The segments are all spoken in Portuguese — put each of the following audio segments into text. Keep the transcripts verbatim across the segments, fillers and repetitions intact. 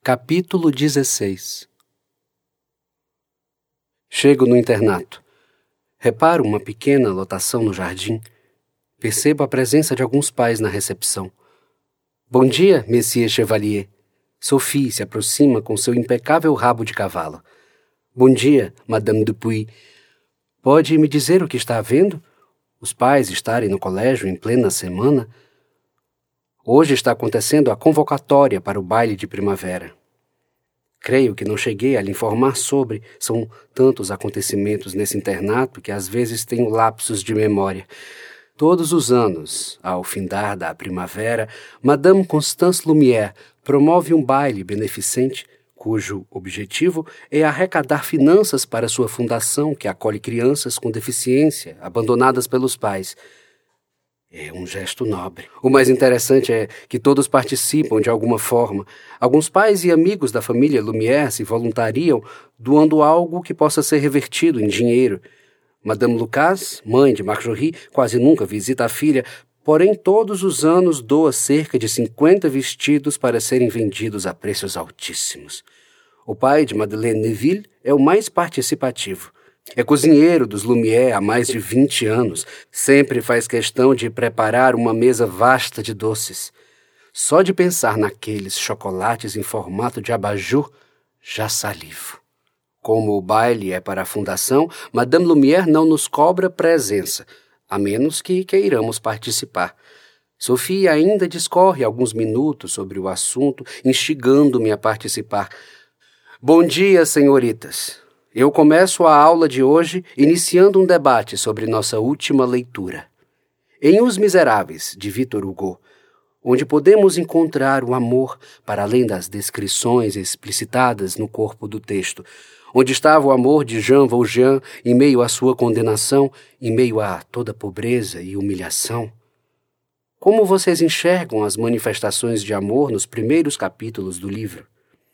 Capítulo dezesseis. Chego no internato. Reparo uma pequena lotação no jardim. Percebo a presença de alguns pais na recepção. Bom dia, Monsieur Chevalier. Sophie se aproxima com seu impecável rabo de cavalo. Bom dia, Madame Dupuy. Pode me dizer o que está havendo? Os pais estarem no colégio em plena semana? Hoje está acontecendo a convocatória para o baile de primavera. Creio que não cheguei a lhe informar sobre. São tantos acontecimentos nesse internato que às vezes tenho lapsos de memória. Todos os anos, ao findar da primavera, Madame Constance Lumière promove um baile beneficente, cujo objetivo é arrecadar finanças para sua fundação que acolhe crianças com deficiência, abandonadas pelos pais. É um gesto nobre. O mais interessante é que todos participam de alguma forma. Alguns pais e amigos da família Lumière se voluntariam doando algo que possa ser revertido em dinheiro. Madame Lucas, mãe de Marjorie, quase nunca visita a filha, porém todos os anos doa cerca de cinquenta vestidos para serem vendidos a preços altíssimos. O pai de Madeleine Neville é o mais participativo. É cozinheiro dos Lumière há mais de vinte anos. Sempre faz questão de preparar uma mesa vasta de doces. Só de pensar naqueles chocolates em formato de abajur, já salivo. Como o baile é para a fundação, Madame Lumière não nos cobra presença, a menos que queiramos participar. Sophie ainda discorre alguns minutos sobre o assunto, instigando-me a participar. Bom dia, senhoritas. Eu começo a aula de hoje iniciando um debate sobre nossa última leitura. Em Os Miseráveis, de Victor Hugo, onde podemos encontrar o amor para além das descrições explicitadas no corpo do texto, onde estava o amor de Jean Valjean em meio à sua condenação, em meio a toda pobreza e humilhação. Como vocês enxergam as manifestações de amor nos primeiros capítulos do livro?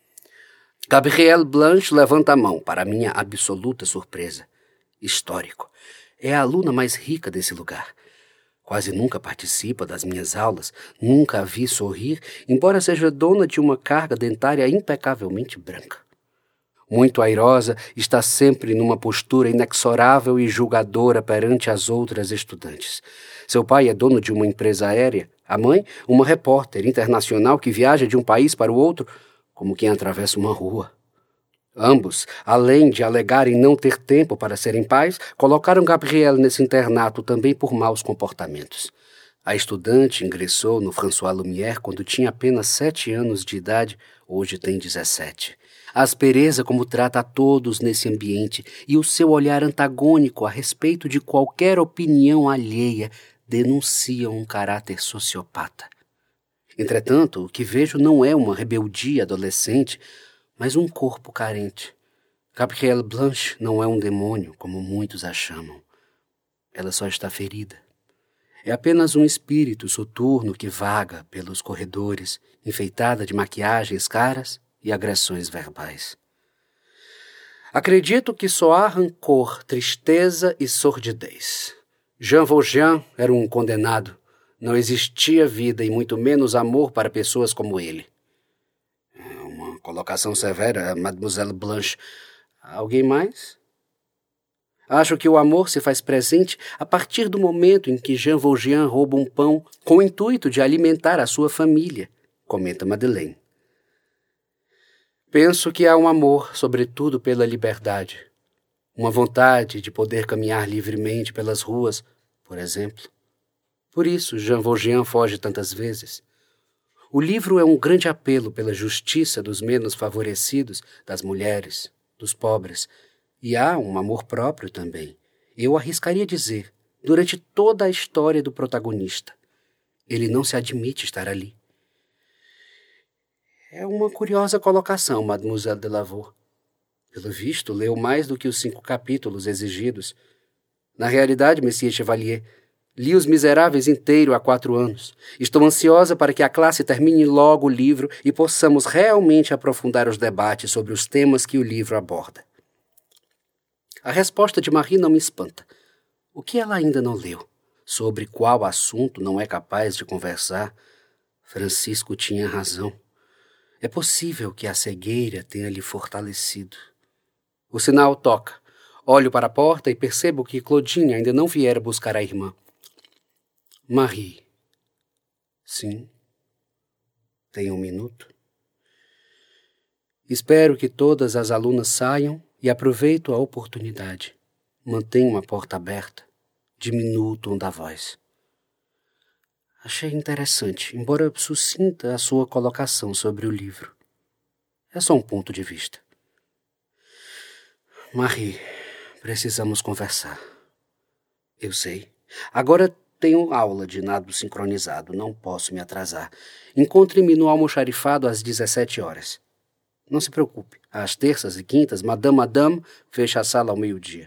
Gabrielle Blanche levanta a mão, para minha absoluta surpresa. Histórico. É a aluna mais rica desse lugar. Quase nunca participa das minhas aulas, nunca a vi sorrir, embora seja dona de uma carga dentária impecavelmente branca. Muito airosa, está sempre numa postura inexorável e julgadora perante as outras estudantes. Seu pai é dono de uma empresa aérea, a mãe, uma repórter internacional que viaja de um país para o outro, como quem atravessa uma rua. Ambos, além de alegarem não ter tempo para serem pais, colocaram Gabrielle nesse internato também por maus comportamentos. A estudante ingressou no François Lumière quando tinha apenas sete anos de idade, hoje tem dezessete. A aspereza como trata a todos nesse ambiente e o seu olhar antagônico a respeito de qualquer opinião alheia denunciam um caráter sociopata. Entretanto, o que vejo não é uma rebeldia adolescente, mas um corpo carente. Gabrielle Blanche não é um demônio, como muitos a chamam. Ela só está ferida. É apenas um espírito soturno que vaga pelos corredores, enfeitada de maquiagens caras e agressões verbais. Acredito que só há rancor, tristeza e sordidez. Jean Valjean era um condenado. Não existia vida e muito menos amor para pessoas como ele. É uma colocação severa, Mademoiselle Blanche. Alguém mais? Acho que o amor se faz presente a partir do momento em que Jean Valjean rouba um pão com o intuito de alimentar a sua família, comenta Madeleine. Penso que há um amor, sobretudo pela liberdade. Uma vontade de poder caminhar livremente pelas ruas, por exemplo. Por isso, Jean Valjean foge tantas vezes. O livro é um grande apelo pela justiça dos menos favorecidos, das mulheres, dos pobres. E há um amor próprio também. Eu arriscaria dizer, durante toda a história do protagonista. Ele não se admite estar ali. É uma curiosa colocação, Mademoiselle de Lavaux. Pelo visto, leu mais do que os cinco capítulos exigidos. Na realidade, Monsieur Chevalier, li Os Miseráveis inteiro há quatro anos. Estou ansiosa para que a classe termine logo o livro e possamos realmente aprofundar os debates sobre os temas que o livro aborda. A resposta de Marie não me espanta. O que ela ainda não leu? Sobre qual assunto não é capaz de conversar? Francisco tinha razão. É possível que a cegueira tenha lhe fortalecido. O sinal toca. Olho para a porta e percebo que Claudine ainda não viera buscar a irmã. Marie. Sim. Tem um minuto? Espero que todas as alunas saiam e aproveito a oportunidade. Mantenho a porta aberta. Diminuo o tom da voz. Achei interessante, embora sucinta a sua colocação sobre o livro. É só um ponto de vista. Marie, precisamos conversar. Eu sei. Agora tenho aula de nado sincronizado, não posso me atrasar. Encontre-me no almoxarifado às dezessete horas. Não se preocupe, às terças e quintas, Madame Madame fecha a sala ao meio-dia.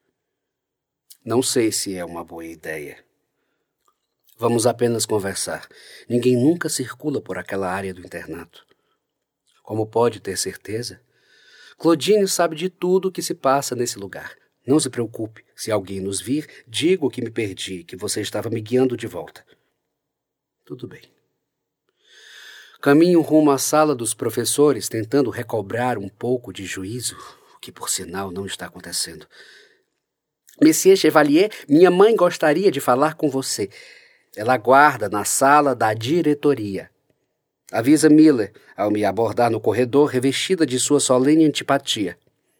Não sei se é uma boa ideia. Vamos apenas conversar. Ninguém nunca circula por aquela área do internato. Como pode ter certeza? Claudine sabe de tudo o que se passa nesse lugar. Não se preocupe. Se alguém nos vir, digo que me perdi, que você estava me guiando de volta. Tudo bem. Caminho rumo à sala dos professores, tentando recobrar um pouco de juízo, o que, por sinal, não está acontecendo. Monsieur Chevalier, minha mãe gostaria de falar com você. Ela aguarda na sala da diretoria. Avisa Miller ao me abordar no corredor, revestida de sua solene antipatia.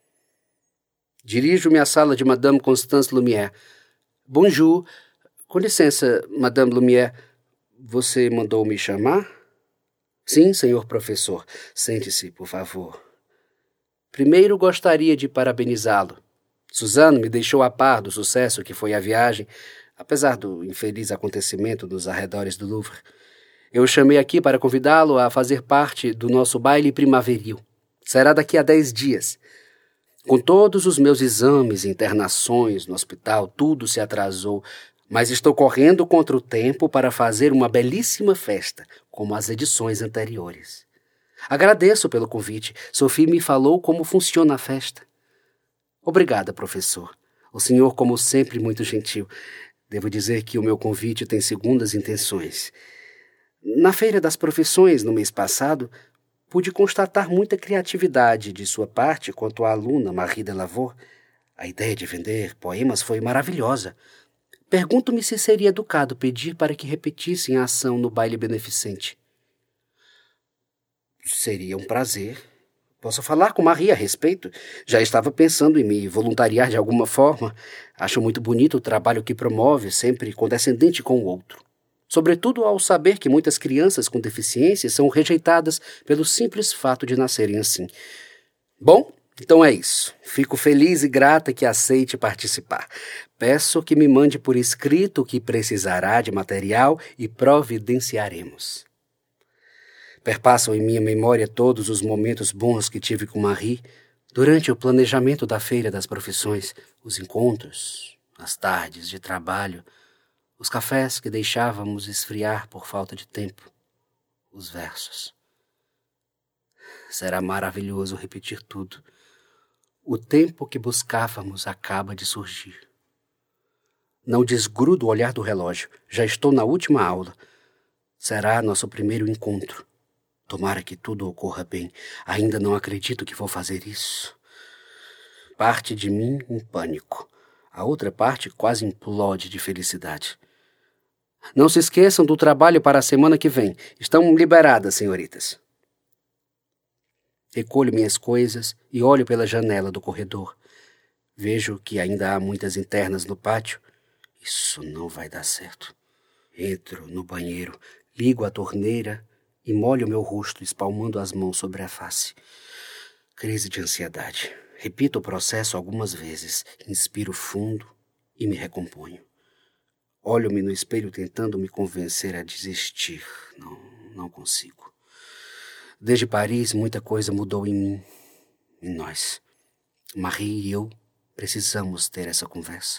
Dirijo-me à sala de Madame Constance Lumière. Bonjour. Com licença, Madame Lumière. Você mandou me chamar? Sim, senhor professor. Sente-se, por favor. Primeiro gostaria de parabenizá-lo. Suzanne me deixou a par do sucesso que foi a viagem, apesar do infeliz acontecimento nos arredores do Louvre. Eu o chamei aqui para convidá-lo a fazer parte do nosso baile primaveril. Será daqui a dez dias. Com todos os meus exames e internações no hospital, tudo se atrasou, mas estou correndo contra o tempo para fazer uma belíssima festa, como as edições anteriores. Agradeço pelo convite. Sophie me falou como funciona a festa. Obrigada, professor. O senhor, como sempre, muito gentil. Devo dizer que o meu convite tem segundas intenções. Na Feira das Profissões, no mês passado, pude constatar muita criatividade de sua parte quanto à aluna Marie Delavaux. A ideia de vender poemas foi maravilhosa. Pergunto-me se seria educado pedir para que repetissem a ação no baile beneficente. Seria um prazer. Posso falar com Marie a respeito? Já estava pensando em me voluntariar de alguma forma. Acho muito bonito o trabalho que promove, sempre condescendente com o outro. Sobretudo ao saber que muitas crianças com deficiência são rejeitadas pelo simples fato de nascerem assim. Bom, então é isso. Fico feliz e grata que aceite participar. Peço que me mande por escrito o que precisará de material e providenciaremos. Perpassam em minha memória todos os momentos bons que tive com Marie durante o planejamento da Feira das Profissões, os encontros, as tardes de trabalho, os cafés que deixávamos esfriar por falta de tempo, os versos. Será maravilhoso repetir tudo. O tempo que buscávamos acaba de surgir. Não desgrudo o olhar do relógio. Já estou na última aula. Será nosso primeiro encontro. Tomara que tudo ocorra bem. Ainda não acredito que vou fazer isso. Parte de mim em pânico. A outra parte quase implode de felicidade. Não se esqueçam do trabalho para a semana que vem. Estão liberadas, senhoritas. Recolho minhas coisas e olho pela janela do corredor. Vejo que ainda há muitas internas no pátio. Isso não vai dar certo. Entro no banheiro, ligo a torneira e molho meu rosto, espalmando as mãos sobre a face. Crise de ansiedade. Repito o processo algumas vezes. Inspiro fundo e me recomponho. Olho-me no espelho tentando me convencer a desistir. Não, não consigo. Desde Paris, muita coisa mudou em mim, em nós. Marie e eu precisamos ter essa conversa.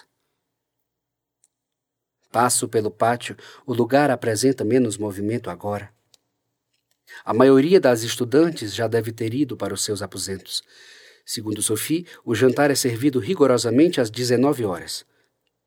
Passo pelo pátio, o lugar apresenta menos movimento agora. A maioria das estudantes já deve ter ido para os seus aposentos. Segundo Sophie, o jantar é servido rigorosamente às dezenove horas.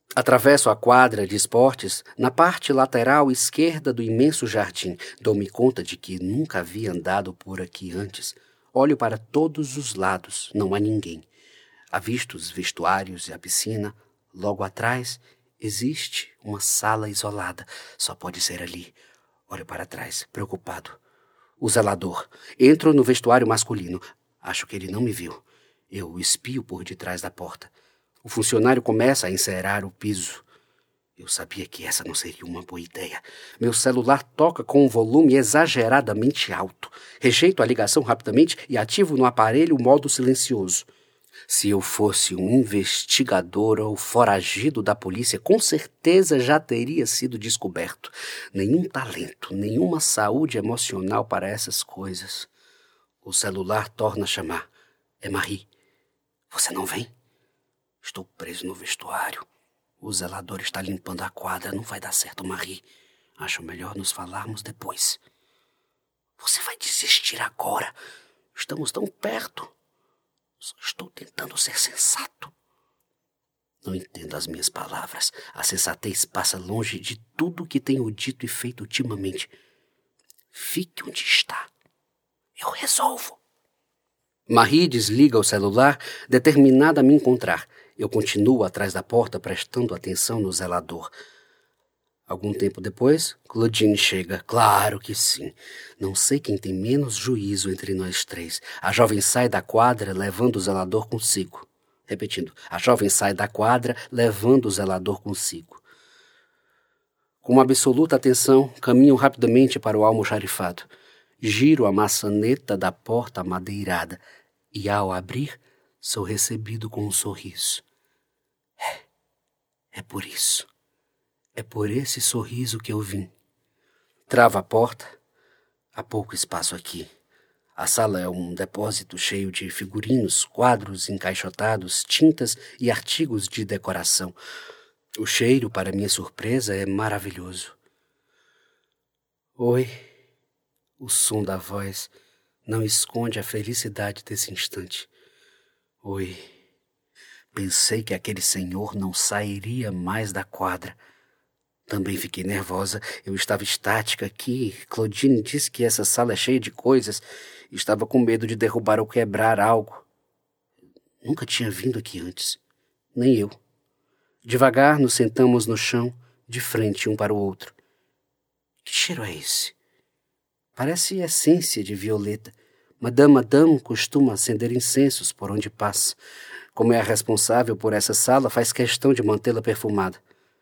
Atravesso a quadra de esportes na parte lateral esquerda do imenso jardim. Dou-me conta de que nunca havia andado por aqui antes. Olho para todos os lados, não há ninguém. Avisto os vestuários e a piscina. Logo atrás existe uma sala isolada. Só pode ser ali. Olho para trás, preocupado. O zelador. Entro no vestuário masculino. Acho que ele não me viu. Eu espio por detrás da porta. O funcionário começa a encerar o piso. Eu sabia que essa não seria uma boa ideia. Meu celular toca com um volume exageradamente alto. Rejeito a ligação rapidamente e ativo no aparelho o modo silencioso. Se eu fosse um investigador ou foragido da polícia, com certeza já teria sido descoberto. Nenhum talento, nenhuma saúde emocional para essas coisas. O celular torna a chamar. É Marie. Você não vem? Estou preso no vestuário. O zelador está limpando a quadra. Não vai dar certo, Marie. Acho melhor nos falarmos depois. Você vai desistir agora? Estamos tão perto. Só estou tentando ser sensato. Não entendo as minhas palavras. A sensatez passa longe de tudo que tenho dito e feito ultimamente. Fique onde está. Eu resolvo. Marie desliga o celular, determinada a me encontrar. Eu continuo atrás da porta, prestando atenção no zelador. Algum tempo depois, Claudine chega. Claro que sim. Não sei quem tem menos juízo entre nós três. A jovem sai da quadra, levando o zelador consigo. Repetindo, a jovem sai da quadra, levando o zelador consigo. Com absoluta atenção, caminho rapidamente para o almoxarifado. Giro a maçaneta da porta madeirada e, ao abrir, sou recebido com um sorriso. É, é por isso. É por esse sorriso que eu vim. Travo a porta. Há pouco espaço aqui. A sala é um depósito cheio de figurinos, quadros encaixotados, tintas e artigos de decoração. O cheiro, para minha surpresa, é maravilhoso. Oi. O som da voz não esconde a felicidade desse instante. Oi. Pensei que aquele senhor não sairia mais da quadra. Também fiquei nervosa. Eu estava estática aqui. Claudine disse que essa sala é cheia de coisas. Estava com medo de derrubar ou quebrar algo. Nunca tinha vindo aqui antes. Nem eu. Devagar nos sentamos no chão, de frente um para o outro. Que cheiro é esse? Parece essência de violeta. Madame Madame costuma acender incensos por onde passa. Como é a responsável por essa sala, faz questão de mantê-la perfumada.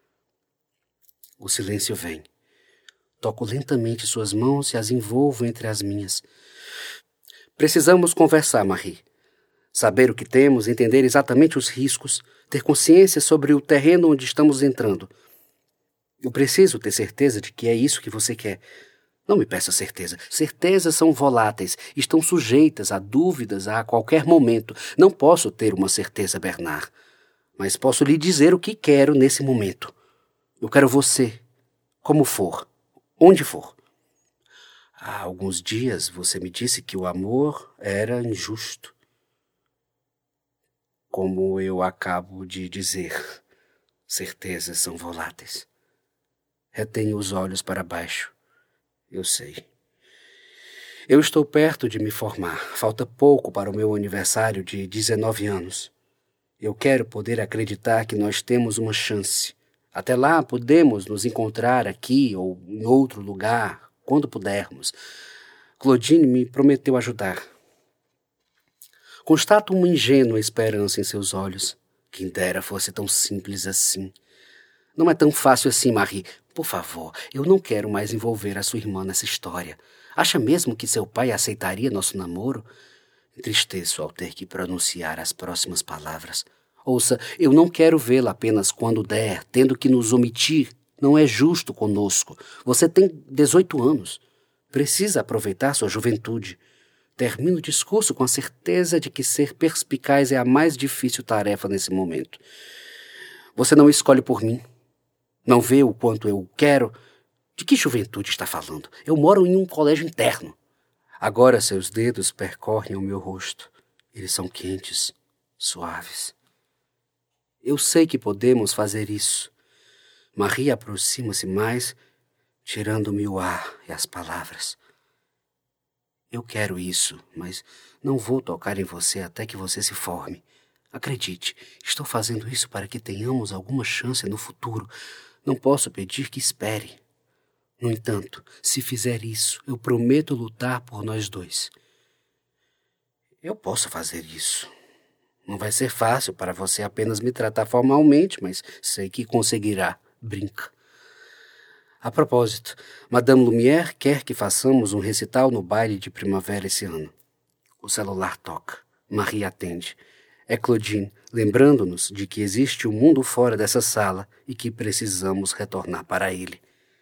O silêncio vem. Toco lentamente suas mãos e as envolvo entre as minhas. Precisamos conversar, Marie. Saber o que temos, entender exatamente os riscos, ter consciência sobre o terreno onde estamos entrando. Eu preciso ter certeza de que é isso que você quer. Não me peça certeza. Certezas são voláteis, estão sujeitas a dúvidas a qualquer momento. Não posso ter uma certeza, Bernard. Mas posso lhe dizer o que quero nesse momento. Eu quero você, como for, onde for. Há alguns dias você me disse que o amor era injusto. Como eu acabo de dizer, certezas são voláteis. Retenho os olhos para baixo. Eu sei. Eu estou perto de me formar. Falta pouco para o meu aniversário de dezenove anos. Eu quero poder acreditar que nós temos uma chance. Até lá, podemos nos encontrar aqui ou em outro lugar, quando pudermos. Claudine me prometeu ajudar. Constato uma ingênua esperança em seus olhos. Quem dera fosse tão simples assim. Não é tão fácil assim, Marie. Por favor, eu não quero mais envolver a sua irmã nessa história. Acha mesmo que seu pai aceitaria nosso namoro? Entristeço ao ter que pronunciar as próximas palavras. Ouça, eu não quero vê-la apenas quando der, tendo que nos omitir. Não é justo conosco. Você tem dezoito anos. Precisa aproveitar sua juventude. Termino o discurso com a certeza de que ser perspicaz é a mais difícil tarefa nesse momento. Você não escolhe por mim. Não vê o quanto eu quero. De que juventude está falando? Eu moro em um colégio interno. Agora seus dedos percorrem o meu rosto. Eles são quentes, suaves. Eu sei que podemos fazer isso. Marie aproxima-se mais, tirando-me o ar e as palavras. Eu quero isso, mas não vou tocar em você até que você se forme. Acredite, estou fazendo isso para que tenhamos alguma chance no futuro. Não posso pedir que espere. No entanto, se fizer isso, eu prometo lutar por nós dois. Eu posso fazer isso. Não vai ser fácil para você apenas me tratar formalmente, mas sei que conseguirá. Brinca. A propósito, Madame Lumière quer que façamos um recital no baile de primavera esse ano. O celular toca. Marie atende. É Claudine, lembrando-nos de que existe um mundo fora dessa sala e que precisamos retornar para ele.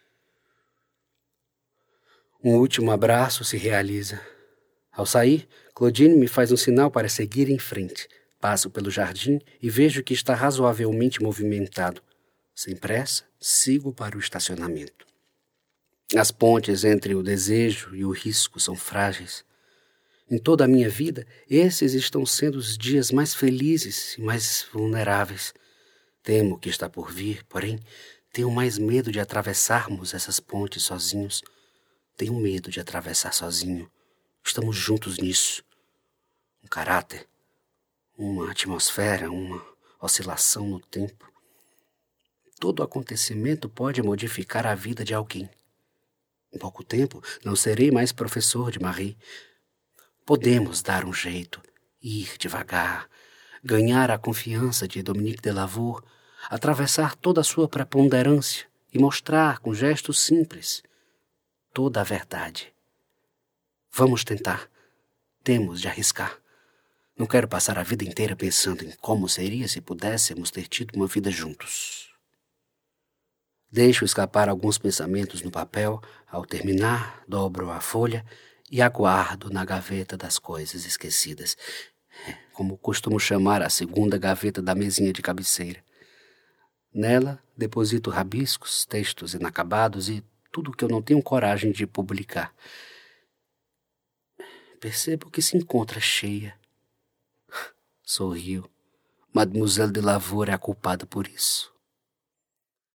Um último abraço se realiza. Ao sair, Claudine me faz um sinal para seguir em frente. Passo pelo jardim e vejo que está razoavelmente movimentado. Sem pressa, sigo para o estacionamento. As pontes entre o desejo e o risco são frágeis. Em toda a minha vida, esses estão sendo os dias mais felizes e mais vulneráveis. Temo o que está por vir, porém, tenho mais medo de atravessarmos essas pontes sozinhos. Tenho medo de atravessar sozinho. Estamos juntos nisso. Um caráter, uma atmosfera, uma oscilação no tempo. Todo acontecimento pode modificar a vida de alguém. Em pouco tempo, não serei mais professor de Marie. Podemos dar um jeito, ir devagar, ganhar a confiança de Dominique de Lavaur, atravessar toda a sua preponderância e mostrar com gestos simples toda a verdade. Vamos tentar. Temos de arriscar. Não quero passar a vida inteira pensando em como seria se pudéssemos ter tido uma vida juntos. Deixo escapar alguns pensamentos no papel. Ao terminar, dobro a folha e aguardo na gaveta das coisas esquecidas, como costumo chamar a segunda gaveta da mesinha de cabeceira. Nela, deposito rabiscos, textos inacabados e tudo que eu não tenho coragem de publicar. Percebo que se encontra cheia. Sorrio. Mademoiselle de Lavaur é a culpada por isso.